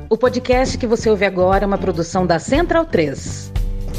O podcast que você ouve agora é uma produção da Central 3.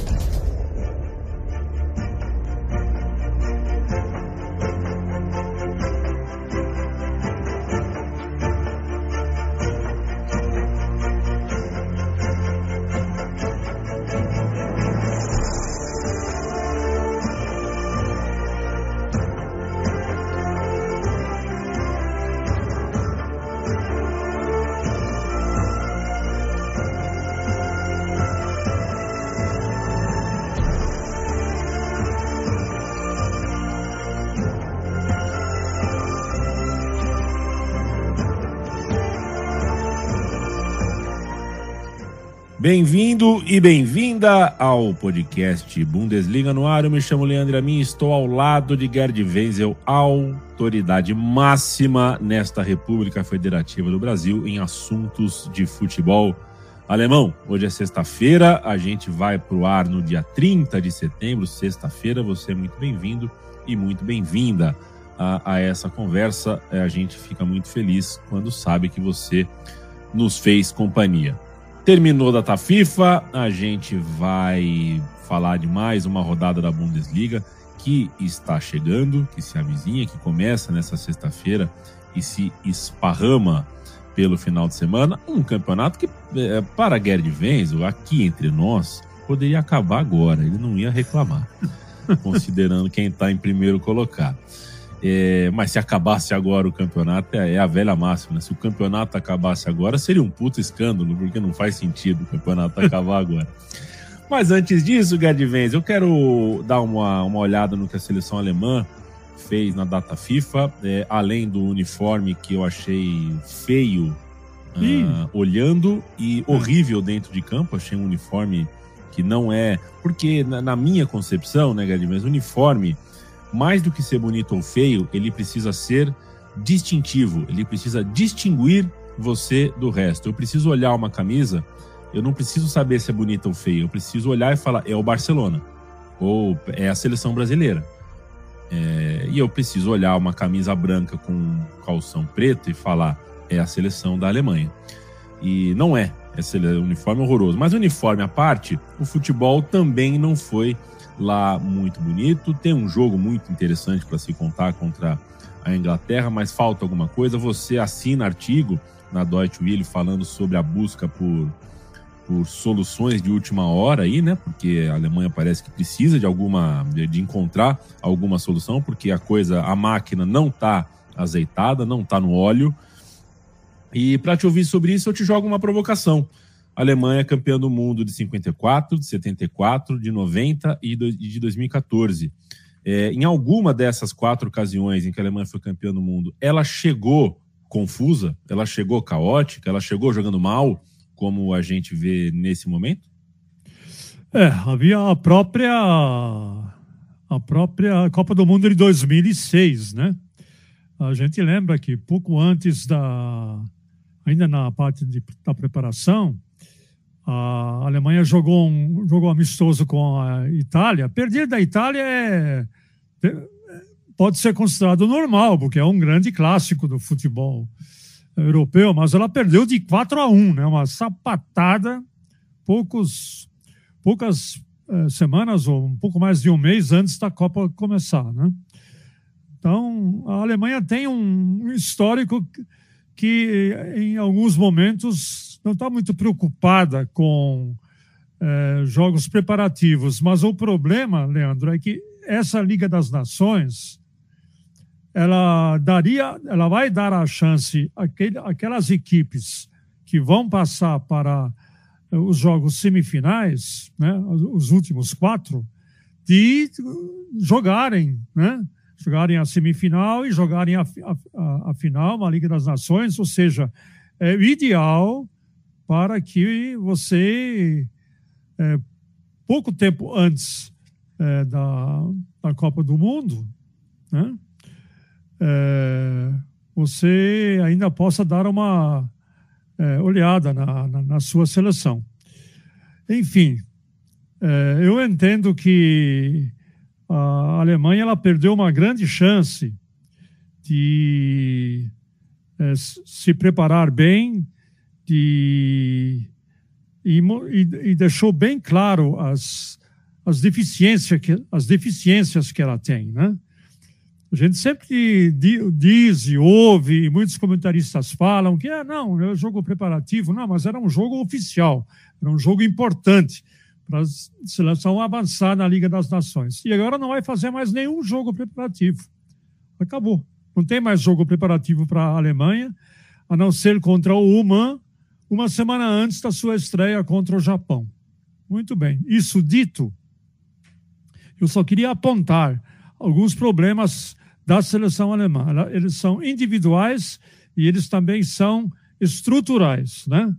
Bem-vindo e bem-vinda ao podcast Bundesliga no ar. Eu me chamo Leandro Amin e estou ao lado de Gerd Wenzel, autoridade máxima nesta República Federativa do Brasil em assuntos de futebol alemão. Hoje é sexta-feira, a gente vai para o ar no dia 30 de setembro, sexta-feira. Você é muito bem-vindo e muito bem-vinda a essa conversa. A gente fica muito feliz quando sabe que você nos fez companhia. Terminou a data FIFA, a gente vai falar de mais uma rodada da Bundesliga que está chegando, que se avizinha, que começa nessa sexta-feira e se esparrama pelo final de semana. Um campeonato que, para Gerd Wenzel, aqui entre nós, poderia acabar agora, ele não ia reclamar, considerando quem está em primeiro colocado. Mas se acabasse agora o campeonato, é a velha máxima, né? Se o campeonato acabasse agora, seria um puto escândalo, porque não faz sentido o campeonato acabar agora. Mas antes disso, Gerd Wenzel, eu quero dar uma olhada no que a seleção alemã fez na data FIFA, além do uniforme que eu achei feio olhando e horrível dentro de campo. Achei um uniforme que não é... Porque na minha concepção, né, Gerd Wenzel, o uniforme, mais do que ser bonito ou feio, ele precisa ser distintivo, ele precisa distinguir você do resto. Eu preciso olhar uma camisa, eu não preciso saber se é bonita ou feia, eu preciso olhar e falar, é o Barcelona, ou é a seleção brasileira. E eu preciso olhar uma camisa branca com calção preto e falar, é a seleção da Alemanha. E não é, esse uniforme horroroso. Mas uniforme à parte, o futebol também não foi lá muito bonito. Tem um jogo muito interessante para se contar contra a Inglaterra, mas falta alguma coisa. Você assina artigo na Deutsche Welle falando sobre a busca por soluções de última hora aí, né? Porque a Alemanha parece que precisa de encontrar alguma solução, porque a máquina não está azeitada, não está no óleo. E para te ouvir sobre isso, eu te jogo uma provocação. A Alemanha é campeã do mundo de 54, de 74, de 90 e de 2014. Em alguma dessas 4 ocasiões em que a Alemanha foi campeã do mundo, ela chegou confusa, ela chegou caótica, ela chegou jogando mal, como a gente vê nesse momento? Havia a própria Copa do Mundo de 2006, né? A gente lembra que pouco antes ainda na parte da preparação, a Alemanha jogou amistoso com a Itália. Perder da Itália pode ser considerado normal, porque é um grande clássico do futebol europeu, mas ela perdeu de 4-1, né? Uma sapatada, poucas semanas ou um pouco mais de um mês antes da Copa começar, né? Então, a Alemanha tem um histórico que em alguns momentos não está muito preocupada com jogos preparativos. Mas o problema, Leandro, é que essa Liga das Nações, ela vai dar a chance àquelas equipes que vão passar para os jogos semifinais, né, os últimos 4, de jogarem, né? Jogarem a semifinal e jogarem a final, uma Liga das Nações, ou seja, é o ideal para que você, pouco tempo antes da Copa do Mundo, né, você ainda possa dar uma olhada na sua seleção. Enfim, eu entendo que a Alemanha ela perdeu uma grande chance de se preparar bem e deixou bem claro as deficiências que ela tem, né? A gente sempre diz e ouve, e muitos comentaristas falam que não, é um jogo preparativo. Não, mas era um jogo oficial, era um jogo importante para a seleção avançar na Liga das Nações. E agora não vai fazer mais nenhum jogo preparativo. Acabou. Não tem mais jogo preparativo para a Alemanha, a não ser contra o Oman, uma semana antes da sua estreia contra o Japão. Muito bem. Isso dito, eu só queria apontar alguns problemas da seleção alemã. Eles são individuais e eles também são estruturais, né?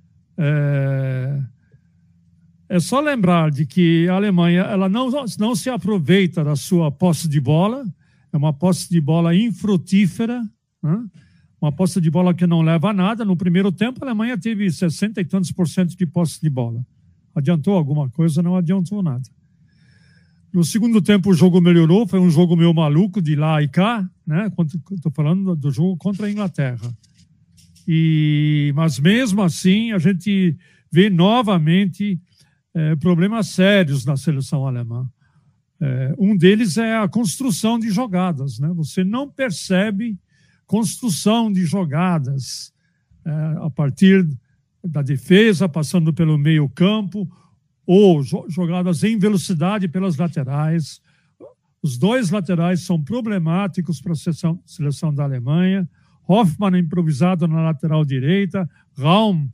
É só lembrar de que a Alemanha ela não se aproveita da sua posse de bola, é uma posse de bola infrutífera, né? Uma posse de bola que não leva a nada. No primeiro tempo, a Alemanha teve 60 e tantos % de posse de bola. Adiantou alguma coisa? Não adiantou nada. No segundo tempo, o jogo melhorou, foi um jogo meio maluco de lá e cá, né? Estou falando do jogo contra a Inglaterra. Mas mesmo assim, a gente vê novamente problemas sérios na seleção alemã. Um deles é a construção de jogadas, né? Você não percebe construção de jogadas a partir da defesa, passando pelo meio campo, ou jogadas em velocidade pelas laterais. Os dois laterais são problemáticos para a seleção da Alemanha. Hoffmann improvisado na lateral direita, Raum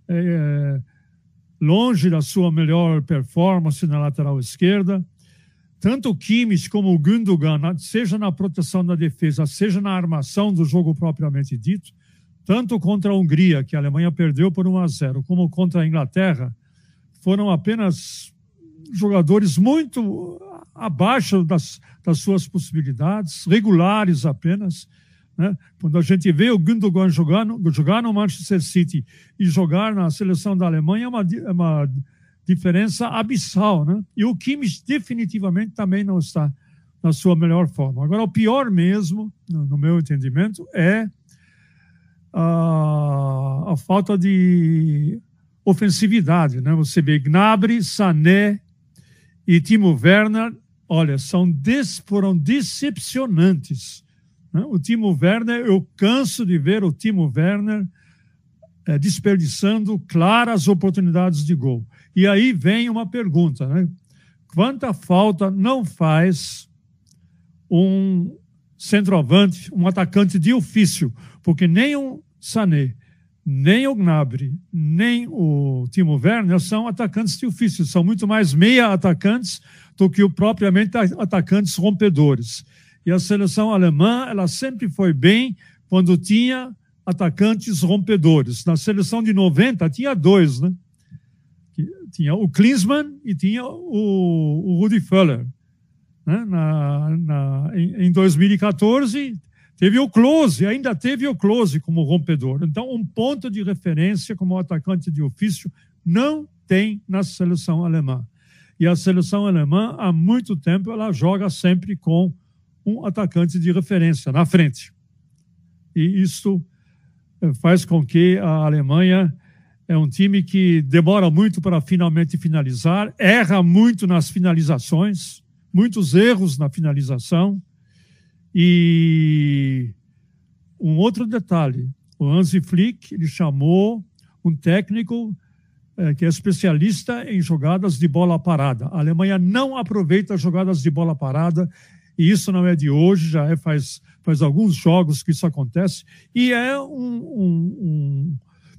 longe da sua melhor performance na lateral esquerda. Tanto o Kimmich como o Gündogan, seja na proteção da defesa, seja na armação do jogo propriamente dito, tanto contra a Hungria, que a Alemanha perdeu por 1-0, como contra a Inglaterra, foram apenas jogadores muito abaixo das suas possibilidades, regulares apenas, né? Quando a gente vê o Gündogan jogar no Manchester City e jogar na seleção da Alemanha, é uma diferença abissal, né? E o Kimmich definitivamente também não está na sua melhor forma. Agora, o pior mesmo, no meu entendimento, é a falta de ofensividade, né? Você vê Gnabry, Sané e Timo Werner, olha, foram decepcionantes, né? O Timo Werner, eu canso de ver o Timo Werner desperdiçando claras oportunidades de gol. E aí vem uma pergunta, né? Quanta falta não faz um centroavante, um atacante de ofício? Porque nem o Sané, nem o Gnabry, nem o Timo Werner são atacantes de ofício, são muito mais meia-atacantes do que propriamente atacantes rompedores. E a seleção alemã, ela sempre foi bem quando tinha atacantes rompedores. Na seleção de 90 tinha dois, né? Tinha o Klinsmann e tinha o Rudi Völler, né? Em 2014 teve o Klose, ainda teve o Klose como rompedor. Então, um ponto de referência como atacante de ofício não tem na seleção alemã. E a seleção alemã, há muito tempo, ela joga sempre com um atacante de referência na frente. E isso faz com que a Alemanha é um time que demora muito para finalmente finalizar, erra muito nas finalizações, muitos erros na finalização. E um outro detalhe, o Hansi Flick, ele chamou um técnico que é especialista em jogadas de bola parada. A Alemanha não aproveita jogadas de bola parada, e isso não é de hoje, já faz alguns jogos que isso acontece, e é um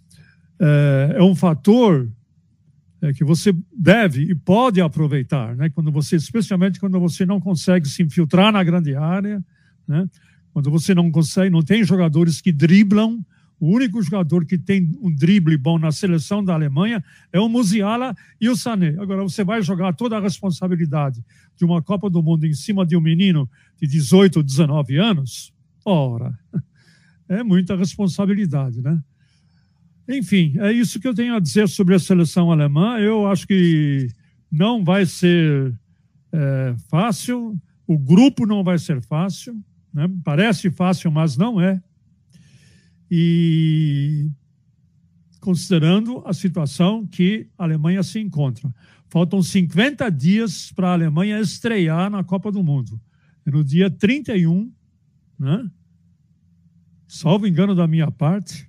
fator que você deve e pode aproveitar, né? Especialmente quando você não consegue se infiltrar na grande área, né? Quando você não tem jogadores que driblam. O único jogador que tem um drible bom na seleção da Alemanha é o Musiala e o Sané. Agora, você vai jogar toda a responsabilidade de uma Copa do Mundo em cima de um menino de 18 ou 19 anos? Ora, é muita responsabilidade, né? Enfim, é isso que eu tenho a dizer sobre a seleção alemã. Eu acho que não vai ser fácil, o grupo não vai ser fácil, né? Parece fácil, mas não é. E considerando a situação que a Alemanha se encontra. Faltam 50 dias para a Alemanha estrear na Copa do Mundo. E no dia 31, né, salvo engano da minha parte,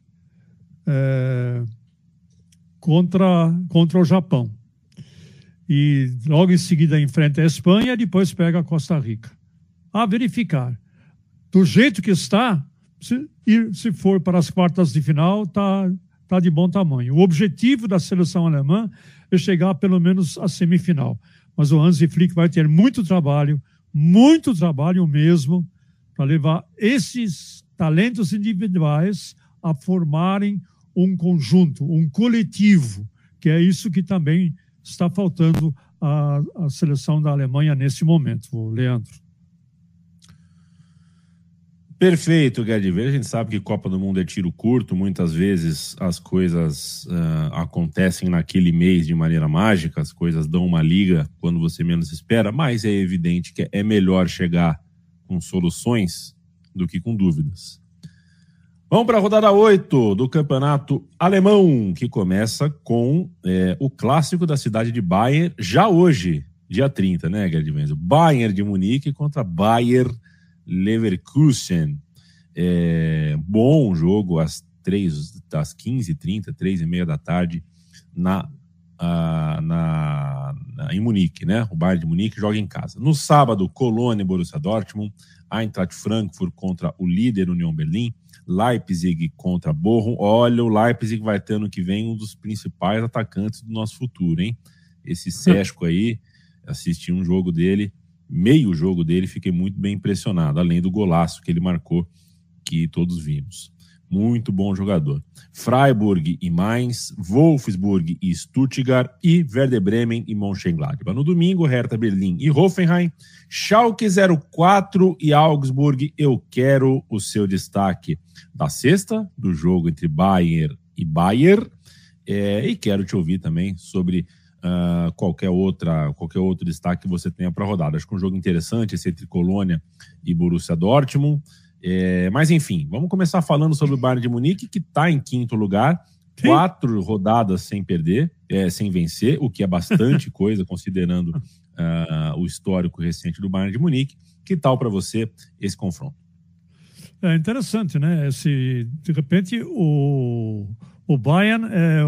contra o Japão. E logo em seguida enfrenta a Espanha e depois pega a Costa Rica. A verificar. Do jeito que está, se for para as quartas de final, está de bom tamanho. O objetivo da seleção alemã é chegar pelo menos à semifinal. Mas o Hansi Flick vai ter muito trabalho mesmo, para levar esses talentos individuais a formarem um conjunto, um coletivo, que é isso que também está faltando à seleção da Alemanha nesse momento, Leandro. Perfeito, Gerd. A gente sabe que Copa do Mundo é tiro curto, muitas vezes as coisas acontecem naquele mês de maneira mágica, as coisas dão uma liga quando você menos espera, mas é evidente que é melhor chegar com soluções do que com dúvidas. Vamos para a rodada 8 do Campeonato Alemão, que começa com o clássico da cidade de Bayern, já hoje, dia 30, né, Gerd Wenzel? Bayern de Munique contra Bayer Leverkusen. Bom jogo às 15h30, 3h30 da tarde, em Munique, né? O Bayern de Munique joga em casa. No sábado, Colônia e Borussia Dortmund, Eintracht Frankfurt contra o líder Union Berlin, Leipzig contra Bochum. Olha, o Leipzig vai ter ano que vem um dos principais atacantes do nosso futuro, hein? Esse Sesco aí, assisti um jogo dele, meio jogo dele, fiquei muito bem impressionado, além do golaço que ele marcou, que todos vimos. Muito bom jogador. Freiburg e Mainz, Wolfsburg e Stuttgart e Werder Bremen e Mönchengladbach. No domingo, Hertha Berlim e Hoffenheim, Schalke 04 e Augsburg. Eu quero o seu destaque da sexta, do jogo entre Bayern e Bayer, e quero te ouvir também sobre qualquer outro destaque que você tenha para a rodada. Acho que um jogo interessante esse entre Colônia e Borussia Dortmund. Mas enfim, vamos começar falando sobre o Bayern de Munique, que está em quinto lugar, 4 rodadas sem perder, sem vencer, o que é bastante coisa, considerando o histórico recente do Bayern de Munique. Que tal para você esse confronto? É interessante, né? De repente, o Bayern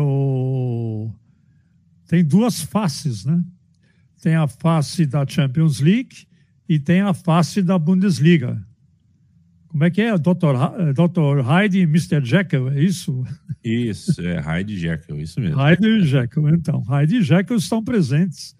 tem duas faces, né? Tem a face da Champions League e tem a face da Bundesliga. Como é que é? Dr. Hyde e Mr. Jekyll, é isso? Isso, Hyde e Jekyll, isso mesmo. Hyde e Jekyll, então. Hyde e Jekyll estão presentes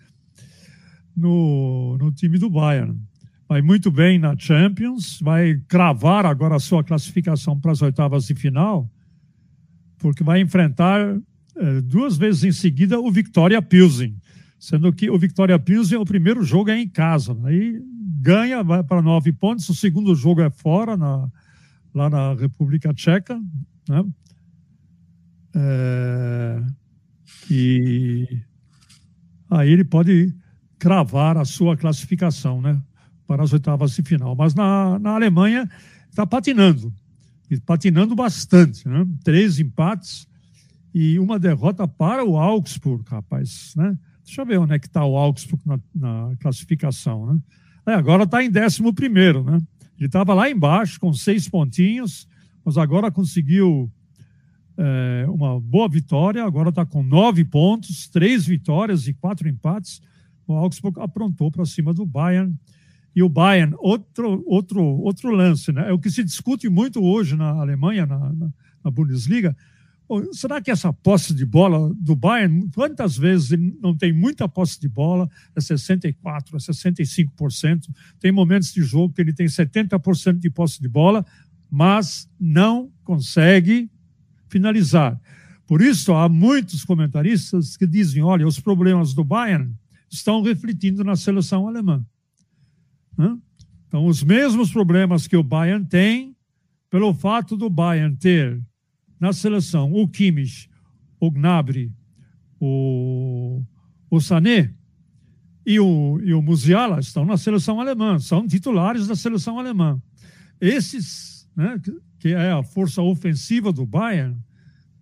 no time do Bayern. Vai muito bem na Champions, vai cravar agora a sua classificação para as oitavas de final, porque vai enfrentar 2 vezes em seguida o Viktoria Pilsen, sendo que o Viktoria Pilsen, o primeiro jogo é em casa, aí ganha, vai para 9 pontos, o segundo jogo é fora, lá na República Tcheca, né? E aí ele pode cravar a sua classificação, né, para as oitavas de final. Mas na Alemanha está patinando, e patinando bastante, né? 3 empates e uma derrota para o Augsburg, rapaz, né? Deixa eu ver onde é que está o Augsburg na classificação, né? Agora está em 11º, né? Ele estava lá embaixo com 6 pontinhos, mas agora conseguiu uma boa vitória, agora está com 9 pontos, 3 vitórias e 4 empates. O Augsburg aprontou para cima do Bayern. E o Bayern, outro lance, né? É o que se discute muito hoje na Alemanha, na Bundesliga. Será que essa posse de bola do Bayern, quantas vezes ele não tem muita posse de bola? É 64%, é 65%. Tem momentos de jogo que ele tem 70% de posse de bola, mas não consegue finalizar. Por isso, há muitos comentaristas que dizem, olha, os problemas do Bayern estão refletindo na seleção alemã. Então, os mesmos problemas que o Bayern tem, pelo fato do Bayern ter na seleção o Kimmich, o Gnabry, o Sané e o Musiala estão na seleção alemã, são titulares da seleção alemã. Esses, né, que é a força ofensiva do Bayern,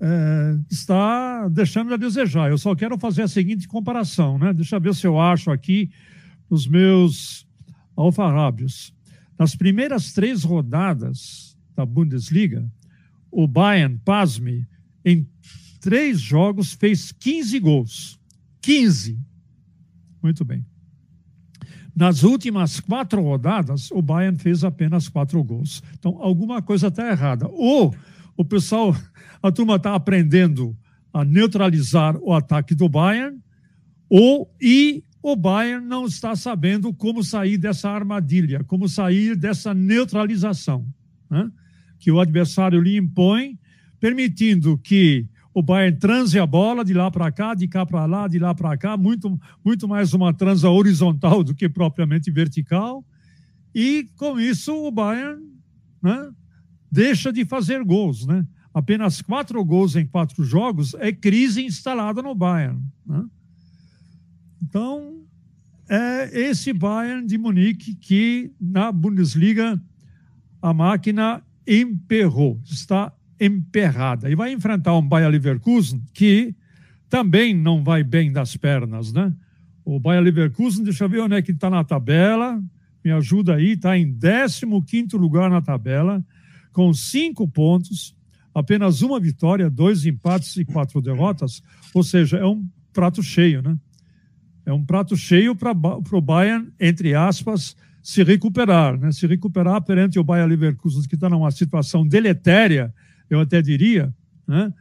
está deixando a desejar. Eu só quero fazer a seguinte comparação, né? Deixa eu ver se eu acho aqui os meus alfarrábios. Nas primeiras 3 rodadas da Bundesliga, o Bayern, pasme, em 3 jogos fez 15 gols. 15. Muito bem. Nas últimas 4 rodadas, o Bayern fez apenas 4 gols. Então, alguma coisa está errada. Ou o pessoal, a turma está aprendendo a neutralizar o ataque do Bayern, e o Bayern não está sabendo como sair dessa armadilha, como sair dessa neutralização, né, que o adversário lhe impõe, permitindo que o Bayern transe a bola de lá para cá, de cá para lá, de lá para cá, muito mais uma transa horizontal do que propriamente vertical, e com isso o Bayern, né, deixa de fazer gols, né? Apenas 4 gols em 4 jogos é crise instalada no Bayern, né? Então, é esse Bayern de Munique que na Bundesliga a máquina emperrou, está emperrada. E vai enfrentar um Bayer Leverkusen que também não vai bem das pernas, né? O Bayer Leverkusen, deixa eu ver onde é que está na tabela, me ajuda aí, está em 15º lugar na tabela, com 5 pontos, apenas 1 vitória, 2 empates e 4 derrotas, ou seja, é um prato cheio, né? É um prato cheio para o Bayern, entre aspas, se recuperar, né? Se recuperar perante o Bayer Leverkusen, que está numa situação deletéria, eu até diria, né?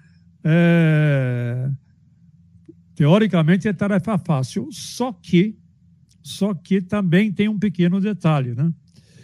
Teoricamente é tarefa fácil, só que também tem um pequeno detalhe, né?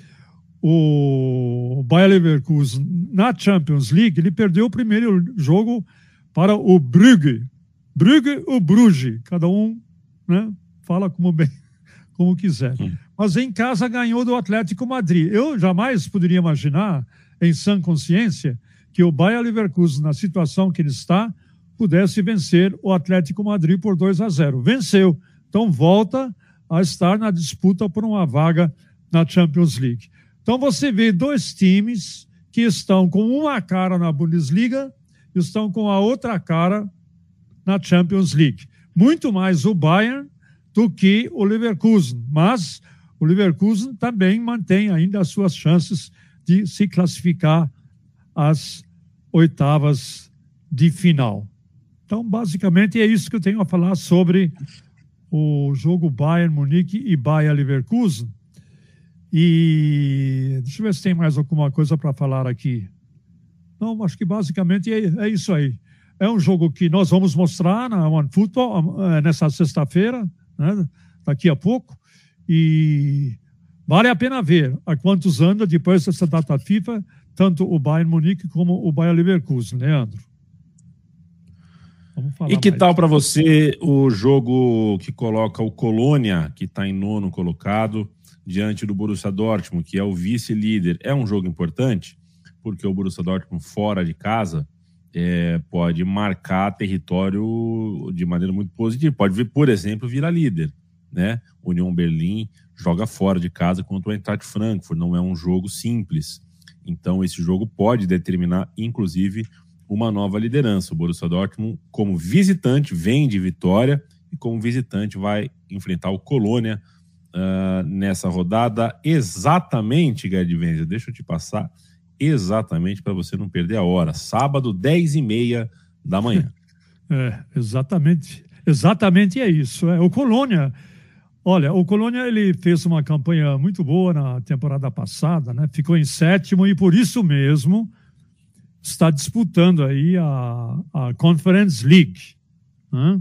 O Bayer Leverkusen, na Champions League, ele perdeu o primeiro jogo para o Brugge ou Bruges, cada um, né, fala como quiser. Mas em casa ganhou do Atlético Madrid. Eu jamais poderia imaginar, em sã consciência, que o Bayer Leverkusen, na situação que ele está, pudesse vencer o Atlético Madrid por 2-0. Venceu. Então volta a estar na disputa por uma vaga na Champions League. Então você vê 2 times que estão com uma cara na Bundesliga e estão com a outra cara na Champions League. Muito mais o Bayern do que o Leverkusen. Mas o Leverkusen também mantém ainda as suas chances de se classificar às oitavas de final. Então, basicamente, é isso que eu tenho a falar sobre o jogo Bayern Munique e Bayer Leverkusen. E deixa eu ver se tem mais alguma coisa para falar aqui. Não, acho que basicamente é isso aí. É um jogo que nós vamos mostrar na OneFootball nessa sexta-feira, né, daqui a pouco. E vale a pena ver a quantos anda depois dessa data FIFA, tanto o Bayern Munique como o Bayer Leverkusen, Leandro. E que tal para você o jogo que coloca o Colônia, que está em 9º colocado, diante do Borussia Dortmund, que é o vice-líder? É um jogo importante, porque o Borussia Dortmund fora de casa pode marcar território de maneira muito positiva. Pode, por exemplo, virar líder, né? Union Berlim joga fora de casa contra o Eintracht Frankfurt. Não é um jogo simples. Então, esse jogo pode determinar, inclusive, uma nova liderança. O Borussia Dortmund, como visitante, vem de vitória e como visitante vai enfrentar o Colônia nessa rodada. Exatamente, Gerd Wenzel, deixa eu te passar exatamente para você não perder a hora. Sábado, 10h30 da manhã. Exatamente é isso. O Colônia, olha, o Colônia ele fez uma campanha muito boa na temporada passada, né? Ficou em 7º e por isso mesmo está disputando aí a Conference League, né?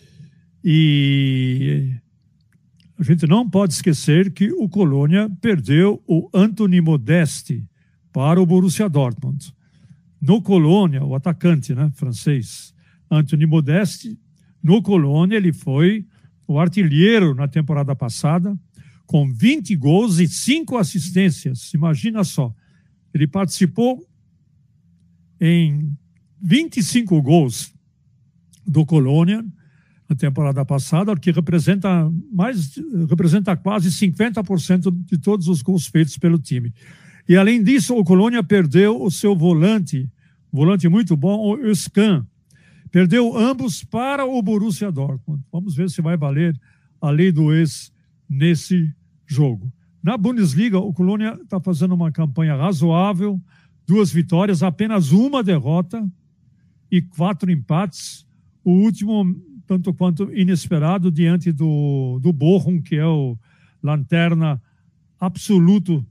E a gente não pode esquecer que o Colônia perdeu o Anthony Modeste para o Borussia Dortmund. No Colônia, o atacante, né, francês, Anthony Modeste, no Colônia ele foi o artilheiro na temporada passada, com 20 gols e 5 assistências. Imagina só, ele participou em 25 gols do Colônia na temporada passada, o que representa quase 50% de todos os gols feitos pelo time. E além disso, o Colônia perdeu o seu volante volante muito bom, o Özcan. Perdeu ambos para o Borussia Dortmund. Vamos ver se vai valer a lei do ex nesse jogo. Na Bundesliga, o Colônia está fazendo uma campanha razoável, 2 vitórias, apenas uma derrota e 4 empates. O último, tanto quanto inesperado, diante do Bochum, que é o lanterna absoluto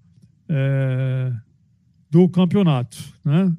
do campeonato, né?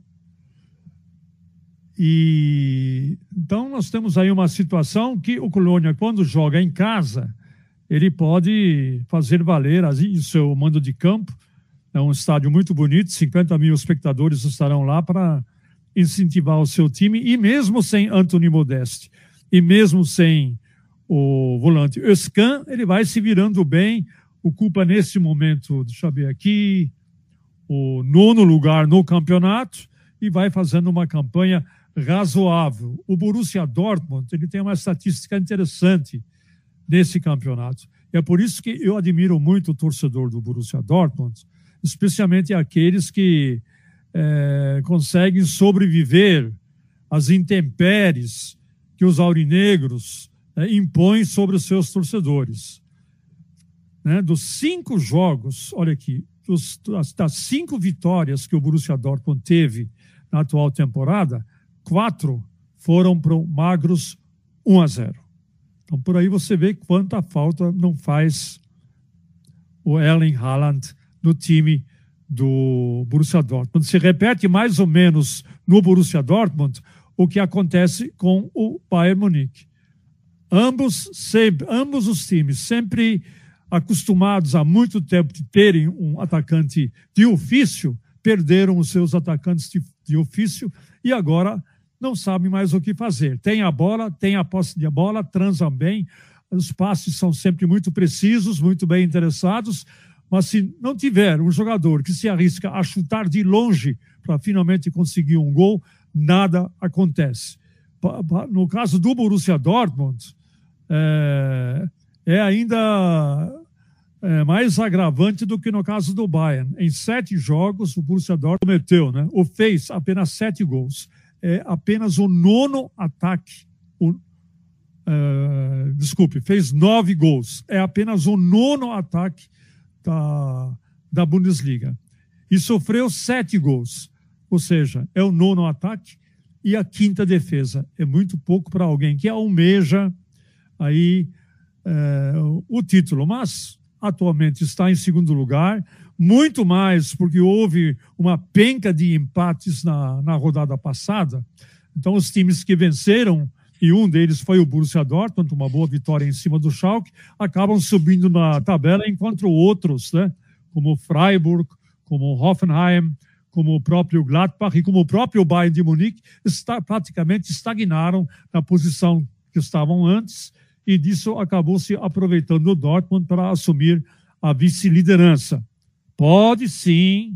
E então nós temos aí uma situação que o Colônia, quando joga em casa, ele pode fazer valer o seu mando de campo. É um estádio muito bonito, 50 mil espectadores estarão lá para incentivar o seu time, e mesmo sem Anthony Modeste, e mesmo sem o volante Özcan, ele vai se virando bem, ocupa nesse momento, deixa eu ver aqui, o 9º lugar no campeonato, e vai fazendo uma campanha razoável. O Borussia Dortmund, ele tem uma estatística interessante nesse campeonato. É por isso que eu admiro muito o torcedor do Borussia Dortmund, especialmente aqueles que conseguem sobreviver às intempéries que os aurinegros impõem sobre os seus torcedores. Né? Dos 5 jogos, olha aqui, das 5 vitórias que o Borussia Dortmund teve na atual temporada, 4 foram para o magros 1-0. Então, por aí você vê quanta falta não faz o Erling Haaland no time do Borussia Dortmund. Se repete mais ou menos no Borussia Dortmund o que acontece com o Bayern Munique. Ambos os times, sempre acostumados há muito tempo de terem um atacante de ofício, perderam os seus atacantes de ofício e agora não sabem mais o que fazer. Tem a bola, tem a posse de bola, transam bem, os passes são sempre muito precisos, muito bem interessados, mas se não tiver um jogador que se arrisca a chutar de longe para finalmente conseguir um gol, nada acontece. No caso do Borussia Dortmund, é ainda mais agravante do que no caso do Bayern. Em 7 jogos, o Borussia Dortmund cometeu, né, ou fez apenas 7 gols. É apenas o 9º ataque. Fez 9 gols. É apenas o 9º ataque da Bundesliga. E sofreu 7 gols. Ou seja, é o 9º ataque e a 5ª defesa. É muito pouco para alguém que almeja aí o título. Mas atualmente está em 2º lugar, muito mais porque houve uma penca de empates na rodada passada. Então, os times que venceram, e um deles foi o Borussia Dortmund, uma boa vitória em cima do Schalke, acabam subindo na tabela, enquanto outros, né, como o Freiburg, como o Hoffenheim, como o próprio Gladbach e como o próprio Bayern de Munique, praticamente estagnaram na posição que estavam antes, e disso acabou se aproveitando o Dortmund para assumir a vice-liderança. Pode sim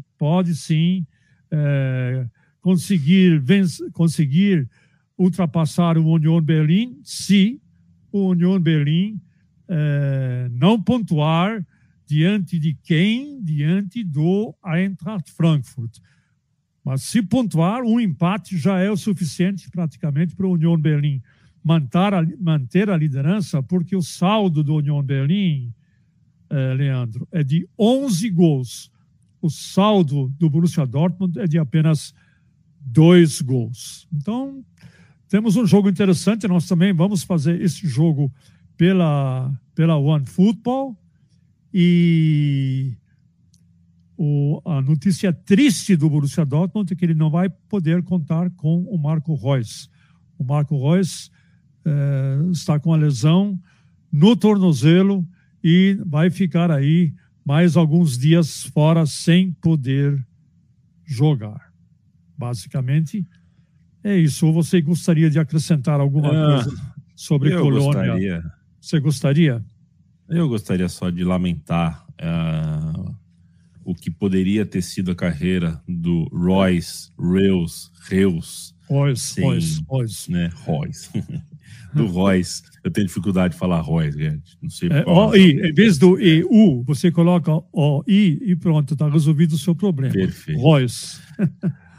conseguir ultrapassar o Union Berlin se o Union Berlin não pontuar diante de quem? Diante do Eintracht Frankfurt. Mas se pontuar, um empate já é o suficiente praticamente para o Union Berlin manter a liderança, porque o saldo do Union Berlin, Leandro, é de 11 gols. O saldo do Borussia Dortmund é de apenas 2 gols. Então, temos um jogo interessante. Nós também vamos fazer esse jogo pela OneFootball. E a notícia triste do Borussia Dortmund é que ele não vai poder contar com o Marco Reus. O Marco Reus está com a lesão no tornozelo e vai ficar aí mais alguns dias fora sem poder jogar. Basicamente, é isso. Ou você gostaria de acrescentar alguma coisa sobre Colônia? Gostaria. Você gostaria? Eu gostaria só de lamentar o que poderia ter sido a carreira do Reus. Né? Reus. Do Reus. Eu tenho dificuldade de falar Reus, gente. Não sei em vez do EU, você coloca OI e pronto, está resolvido o seu problema. Perfeito. Reus.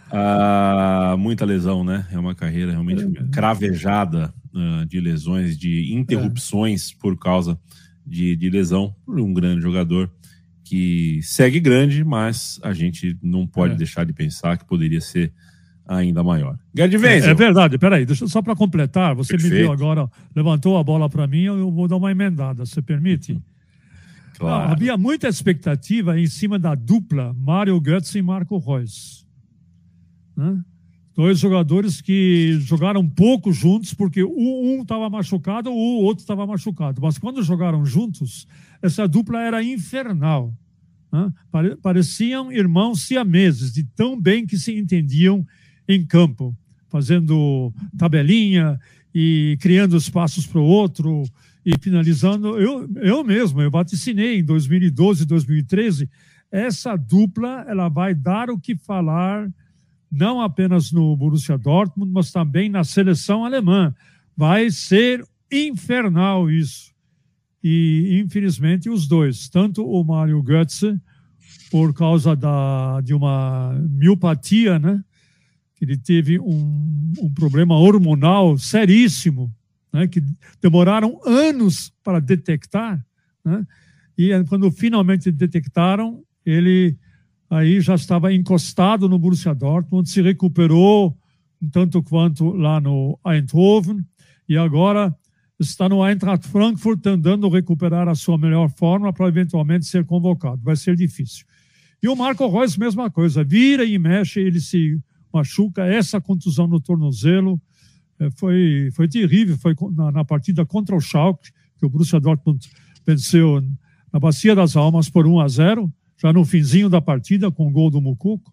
Muita lesão, né? É uma carreira realmente cravejada de lesões, de interrupções por causa de lesão, por um grande jogador que segue grande, mas a gente não pode deixar de pensar que poderia ser ainda maior. Gerd Wenzel. É verdade, peraí, deixa só para completar, você Perfeito. me deu agora, levantou a bola para mim, eu vou dar uma emendada, você permite? Claro. Não, havia muita expectativa em cima da dupla Mario Götze e Marco Reus, né? Dois jogadores que jogaram pouco juntos, porque um estava machucado, o outro estava machucado. Mas quando jogaram juntos, essa dupla era infernal, né? Pareciam irmãos siameses, de tão bem que se entendiam em campo, fazendo tabelinha e criando espaços para o outro e finalizando. Eu mesmo, eu vaticinei em 2012, 2013, essa dupla ela vai dar o que falar, não apenas no Borussia Dortmund, mas também na seleção alemã. Vai ser infernal isso. E, infelizmente, os dois, tanto o Mario Götze, por causa de uma miopatia, né? Ele teve um problema hormonal seríssimo, né? Que demoraram anos para detectar, né? E quando finalmente detectaram, ele aí já estava encostado no Borussia Dortmund, se recuperou um tanto quanto lá no Eindhoven e agora está no Eintracht Frankfurt tentando recuperar a sua melhor forma para eventualmente ser convocado. Vai ser difícil. E o Marco Reus, mesma coisa, vira e mexe, ele se machuca, essa contusão no tornozelo foi terrível, foi na partida contra o Schalke, que o Borussia Dortmund venceu na Bacia das Almas por 1-0, já no finzinho da partida, com o gol do Moukoko,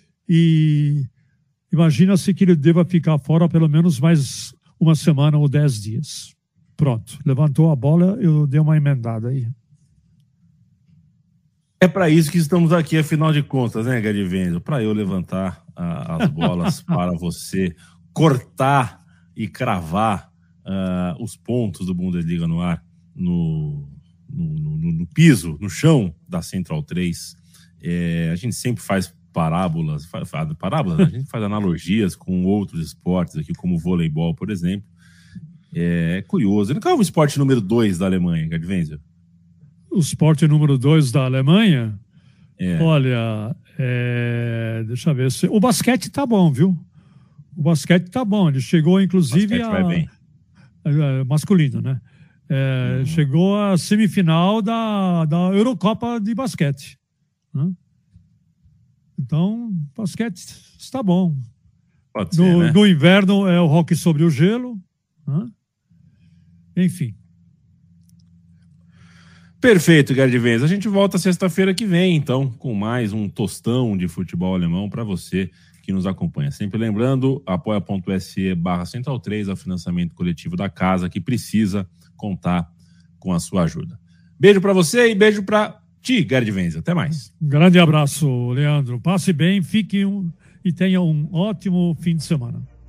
e imagina-se que ele deva ficar fora pelo menos mais uma semana ou 10 dias. Pronto, levantou a bola, eu dei uma emendada aí. É para isso que estamos aqui, afinal de contas, né, Gerd Wenzel? Para eu levantar as bolas para você cortar e cravar os pontos do Bundesliga no ar, no piso, no chão da Central 3. A gente sempre faz parábolas, a gente faz analogias com outros esportes aqui, como o voleibol, por exemplo. É curioso. Qual é o esporte número 2 da Alemanha, Gerd Wenzel? O esporte número 2 da Alemanha? Olha, deixa eu ver. O basquete tá bom, viu? O basquete tá bom. Ele chegou, inclusive, vai bem. Masculino, né? Chegou à semifinal da Eurocopa de basquete, né? Então, basquete está bom. Pode ser, né? No inverno é o hóquei sobre o gelo, né? Enfim. Perfeito, Gerd Wenzel. A gente volta sexta-feira que vem, então, com mais um tostão de futebol alemão para você que nos acompanha. Sempre lembrando, apoia.se/Central3 é o financiamento coletivo da casa que precisa contar com a sua ajuda. Beijo para você e beijo para ti, Gerd Wenzel. Até mais. Um grande abraço, Leandro. Passe bem, fique e tenha um ótimo fim de semana.